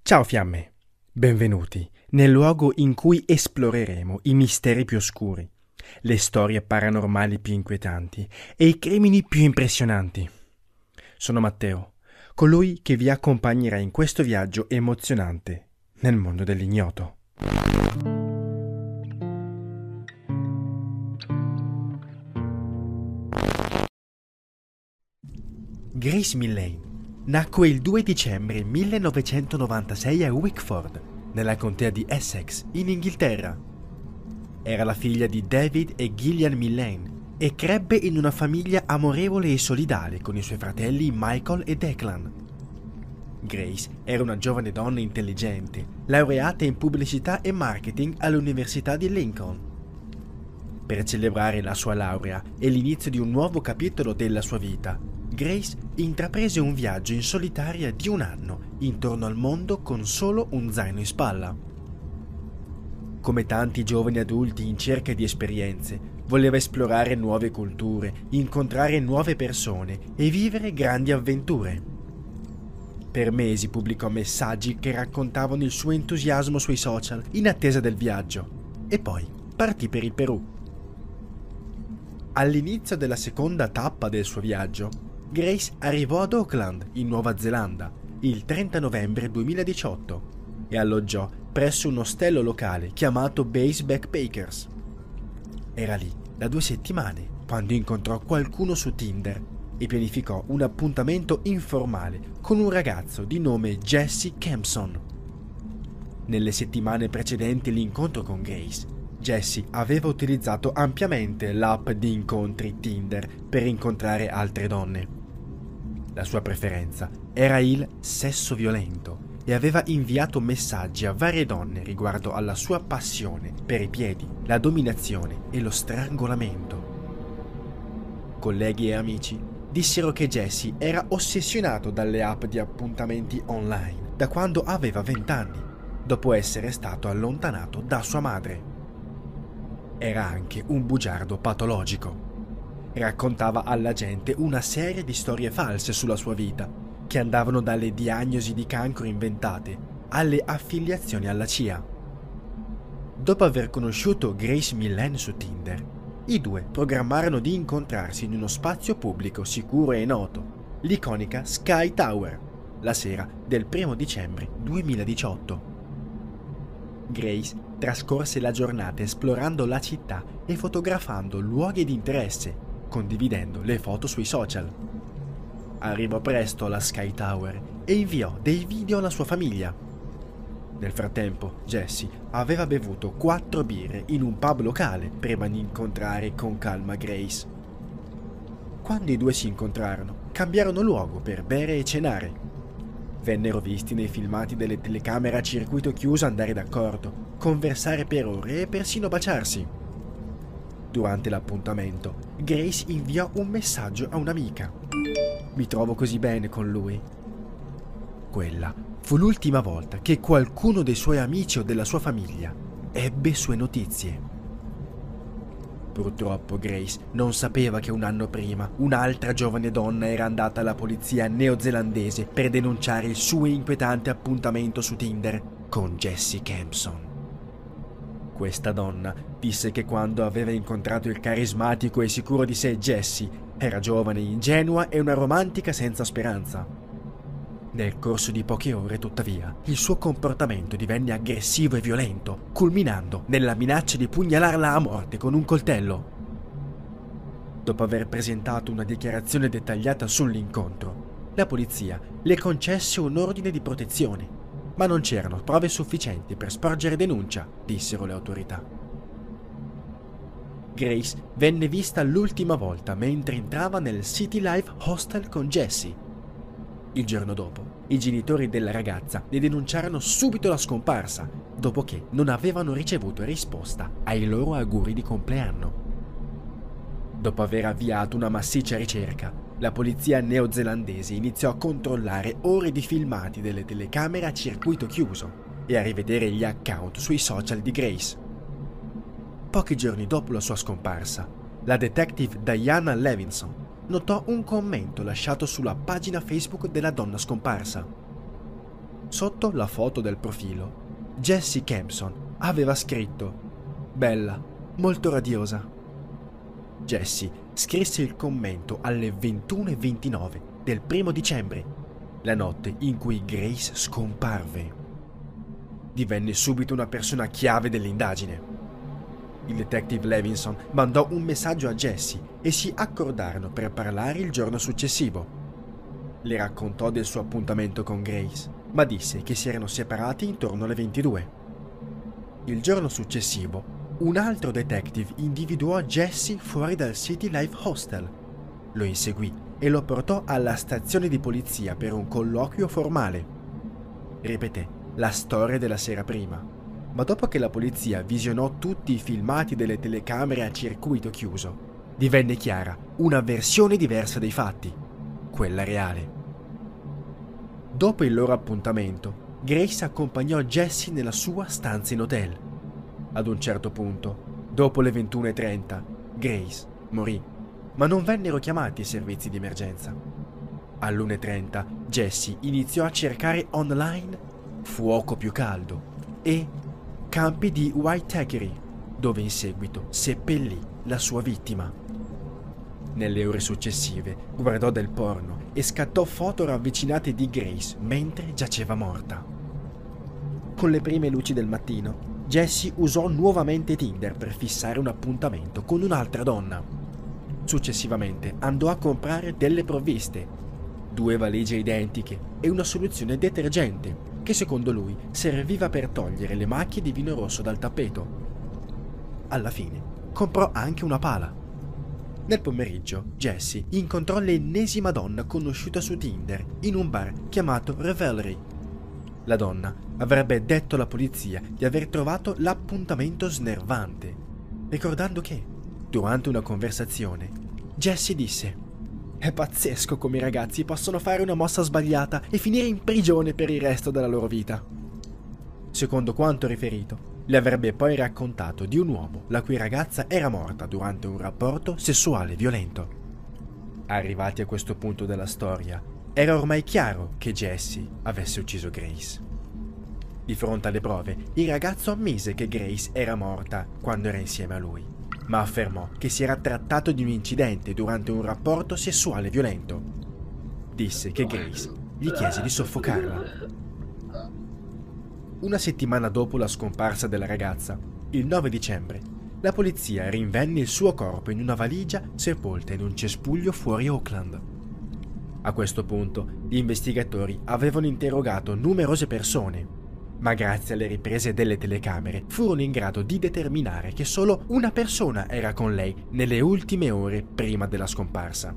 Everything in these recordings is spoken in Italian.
Ciao fiamme, benvenuti nel luogo in cui esploreremo i misteri più oscuri, le storie paranormali più inquietanti e i crimini più impressionanti. Sono Matteo, colui che vi accompagnerà in questo viaggio emozionante nel mondo dell'ignoto. Grace Millane nacque il 2 dicembre 1996 a Wickford, nella contea di Essex, in Inghilterra. Era la figlia di David e Gillian Millane e crebbe in una famiglia amorevole e solidale con i suoi fratelli Michael e Declan. Grace era una giovane donna intelligente, laureata in pubblicità e marketing all'Università di Lincoln. Per celebrare la sua laurea e l'inizio di un nuovo capitolo della sua vita, Grace intraprese un viaggio in solitaria di un anno intorno al mondo con solo un zaino in spalla. Come tanti giovani adulti in cerca di esperienze, voleva esplorare nuove culture, incontrare nuove persone e vivere grandi avventure. Per mesi pubblicò messaggi che raccontavano il suo entusiasmo sui social in attesa del viaggio e poi partì per il Perù. All'inizio della seconda tappa del suo viaggio, Grace arrivò ad Auckland, in Nuova Zelanda, il 30 novembre 2018 e alloggiò presso un ostello locale chiamato Base Backpackers. Era lì da 2 settimane quando incontrò qualcuno su Tinder e pianificò un appuntamento informale con un ragazzo di nome Jesse Kempson. Nelle settimane precedenti l'incontro con Grace, Jesse aveva utilizzato ampiamente l'app di incontri Tinder per incontrare altre donne. La sua preferenza era il sesso violento e aveva inviato messaggi a varie donne riguardo alla sua passione per i piedi, la dominazione e lo strangolamento. Colleghi e amici dissero che Jesse era ossessionato dalle app di appuntamenti online da quando aveva 20 anni, dopo essere stato allontanato da sua madre. Era anche un bugiardo patologico. Raccontava alla gente una serie di storie false sulla sua vita, che andavano dalle diagnosi di cancro inventate alle affiliazioni alla CIA. Dopo aver conosciuto Grace Millane su Tinder, i due programmarono di incontrarsi in uno spazio pubblico sicuro e noto, l'iconica Sky Tower, la sera del 1 dicembre 2018. Grace trascorse la giornata esplorando la città e fotografando luoghi di interesse, condividendo le foto sui social. Arrivò presto alla Sky Tower e inviò dei video alla sua famiglia. Nel frattempo, Jesse aveva bevuto 4 birre in un pub locale prima di incontrare con calma Grace. Quando i due si incontrarono, cambiarono luogo per bere e cenare. Vennero visti nei filmati delle telecamere a circuito chiuso andare d'accordo, conversare per ore e persino baciarsi. Durante l'appuntamento, Grace inviò un messaggio a un'amica. Mi trovo così bene con lui. Quella fu l'ultima volta che qualcuno dei suoi amici o della sua famiglia ebbe sue notizie. Purtroppo Grace non sapeva che un anno prima un'altra giovane donna era andata alla polizia neozelandese per denunciare il suo inquietante appuntamento su Tinder con Jesse Kempson. Questa donna disse che quando aveva incontrato il carismatico e sicuro di sé Jesse era giovane, ingenua e una romantica senza speranza. Nel corso di poche ore, tuttavia, il suo comportamento divenne aggressivo e violento, culminando nella minaccia di pugnalarla a morte con un coltello. Dopo aver presentato una dichiarazione dettagliata sull'incontro, la polizia le concesse un ordine di protezione, ma non c'erano prove sufficienti per sporgere denuncia, dissero le autorità. Grace venne vista l'ultima volta mentre entrava nel City Life Hostel con Jesse. Il giorno dopo, i genitori della ragazza ne denunciarono subito la scomparsa, dopo che non avevano ricevuto risposta ai loro auguri di compleanno. Dopo aver avviato una massiccia ricerca, la polizia neozelandese iniziò a controllare ore di filmati delle telecamere a circuito chiuso e a rivedere gli account sui social di Grace. Pochi giorni dopo la sua scomparsa, la detective Diana Levinson notò un commento lasciato sulla pagina Facebook della donna scomparsa. Sotto la foto del profilo, Jessie Kempson aveva scritto: "Bella, molto radiosa". Jessie scrisse il commento alle 21:29 del 1° dicembre, la notte in cui Grace scomparve. Divenne subito una persona chiave dell'indagine. Il detective Levinson mandò un messaggio a Jessie e si accordarono per parlare il giorno successivo. Le raccontò del suo appuntamento con Grace, ma disse che si erano separati intorno alle 22. Il giorno successivo, un altro detective individuò Jessie fuori dal City Life Hostel. Lo inseguì e lo portò alla stazione di polizia per un colloquio formale. Ripeté la storia della sera prima, ma dopo che la polizia visionò tutti i filmati delle telecamere a circuito chiuso, divenne chiara una versione diversa dei fatti, quella reale. Dopo il loro appuntamento, Grace accompagnò Jessie nella sua stanza in hotel. Ad un certo punto, dopo le 21:30, Grace morì, ma non vennero chiamati i servizi di emergenza. All'1:30 Jessie iniziò a cercare online fuoco più caldo e campi di Waitakere, dove in seguito seppellì la sua vittima. Nelle ore successive guardò del porno e scattò foto ravvicinate di Grace mentre giaceva morta. Con le prime luci del mattino, Jessie usò nuovamente Tinder per fissare un appuntamento con un'altra donna. Successivamente andò a comprare delle provviste, 2 valigie identiche e una soluzione detergente che secondo lui serviva per togliere le macchie di vino rosso dal tappeto. Alla fine comprò anche una pala. Nel pomeriggio Jessie incontrò l'ennesima donna conosciuta su Tinder in un bar chiamato Revelry. La donna avrebbe detto alla polizia di aver trovato l'appuntamento snervante, ricordando che, durante una conversazione, Jessie disse: "È pazzesco come i ragazzi possono fare una mossa sbagliata e finire in prigione per il resto della loro vita". Secondo quanto riferito, le avrebbe poi raccontato di un uomo la cui ragazza era morta durante un rapporto sessuale violento. Arrivati a questo punto della storia, era ormai chiaro che Jessie avesse ucciso Grace. Di fronte alle prove, il ragazzo ammise che Grace era morta quando era insieme a lui, ma affermò che si era trattato di un incidente durante un rapporto sessuale violento. Disse che Grace gli chiese di soffocarla. Una settimana dopo la scomparsa della ragazza, il 9 dicembre, la polizia rinvenne il suo corpo in una valigia sepolta in un cespuglio fuori Oakland. A questo punto, gli investigatori avevano interrogato numerose persone, ma grazie alle riprese delle telecamere furono in grado di determinare che solo una persona era con lei nelle ultime ore prima della scomparsa.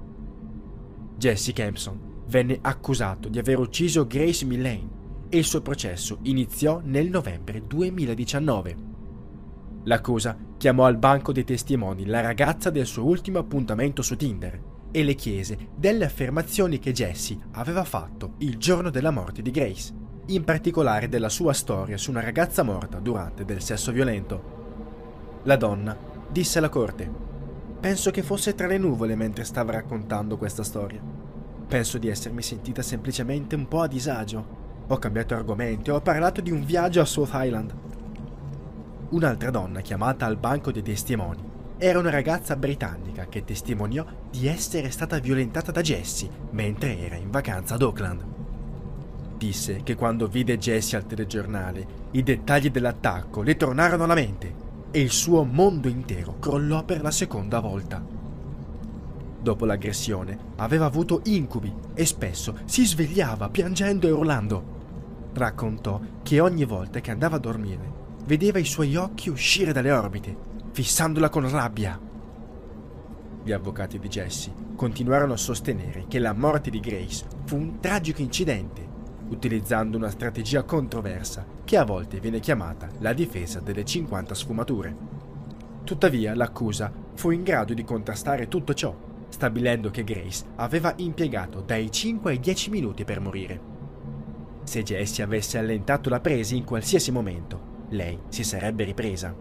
Jessie Kempson venne accusato di aver ucciso Grace Millane e il suo processo iniziò nel novembre 2019. L'accusa chiamò al banco dei testimoni la ragazza del suo ultimo appuntamento su Tinder e le chiese delle affermazioni che Jessie aveva fatto il giorno della morte di Grace, in particolare della sua storia su una ragazza morta durante del sesso violento. La donna disse alla corte: "Penso che fosse tra le nuvole mentre stava raccontando questa storia. Penso di essermi sentita semplicemente un po' a disagio. Ho cambiato argomento e ho parlato di un viaggio a South Island". Un'altra donna chiamata al banco dei testimoni era una ragazza britannica che testimoniò di essere stata violentata da Jessie mentre era in vacanza ad Oakland. Disse che quando vide Jessie al telegiornale, i dettagli dell'attacco le tornarono alla mente e il suo mondo intero crollò per la seconda volta. Dopo l'aggressione aveva avuto incubi e spesso si svegliava piangendo e urlando. Raccontò che ogni volta che andava a dormire vedeva i suoi occhi uscire dalle orbite, fissandola con rabbia. Gli avvocati di Jessie continuarono a sostenere che la morte di Grace fu un tragico incidente, utilizzando una strategia controversa che a volte viene chiamata la difesa delle 50 sfumature. Tuttavia, l'accusa fu in grado di contrastare tutto ciò, stabilendo che Grace aveva impiegato dai 5 ai 10 minuti per morire. Se Jessie avesse allentato la presa in qualsiasi momento, lei si sarebbe ripresa.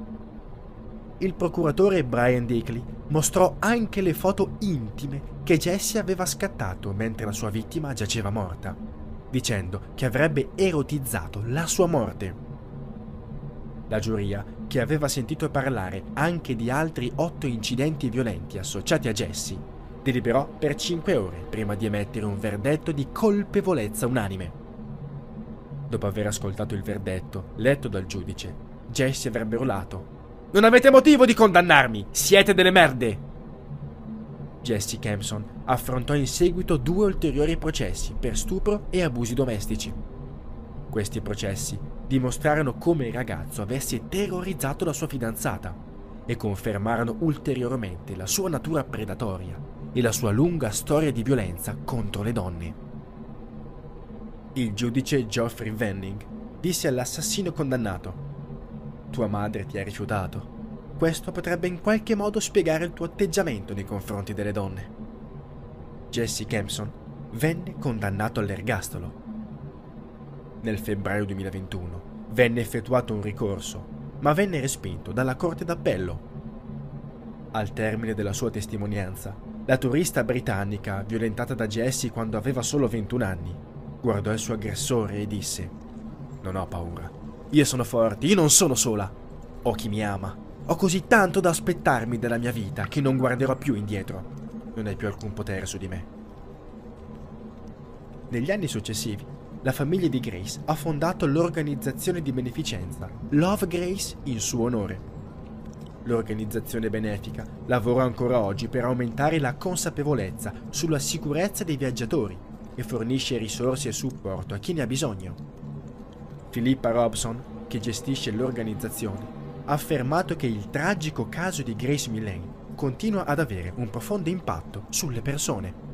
Il procuratore Brian Dickley mostrò anche le foto intime che Jessie aveva scattato mentre la sua vittima giaceva morta. dicendo che avrebbe erotizzato la sua morte. La giuria, che aveva sentito parlare anche di altri 8 incidenti violenti associati a Jessie, deliberò per 5 ore prima di emettere un verdetto di colpevolezza unanime. Dopo aver ascoltato il verdetto, letto dal giudice, Jessie avrebbe urlato: «Non avete motivo di condannarmi! Siete delle merde!» Jessie Campson affrontò in seguito 2 ulteriori processi per stupro e abusi domestici. Questi processi dimostrarono come il ragazzo avesse terrorizzato la sua fidanzata e confermarono ulteriormente la sua natura predatoria e la sua lunga storia di violenza contro le donne. Il giudice Geoffrey Venning disse all'assassino condannato: «Tua madre ti ha rifiutato. Questo potrebbe in qualche modo spiegare il tuo atteggiamento nei confronti delle donne». Jesse Campson venne condannato all'ergastolo. Nel febbraio 2021 venne effettuato un ricorso, ma venne respinto dalla Corte d'Appello. Al termine della sua testimonianza, la turista britannica, violentata da Jessie quando aveva solo 21 anni, guardò il suo aggressore e disse: «Non ho paura. Io sono forte, io non sono sola. Ho chi mi ama. Ho così tanto da aspettarmi dalla mia vita che non guarderò più indietro. Non hai più alcun potere su di me». Negli anni successivi, la famiglia di Grace ha fondato l'organizzazione di beneficenza Love Grace in suo onore. L'organizzazione benefica lavora ancora oggi per aumentare la consapevolezza sulla sicurezza dei viaggiatori e fornisce risorse e supporto a chi ne ha bisogno. Philippa Robson, che gestisce l'organizzazione, ha affermato che il tragico caso di Grace Millane continua ad avere un profondo impatto sulle persone.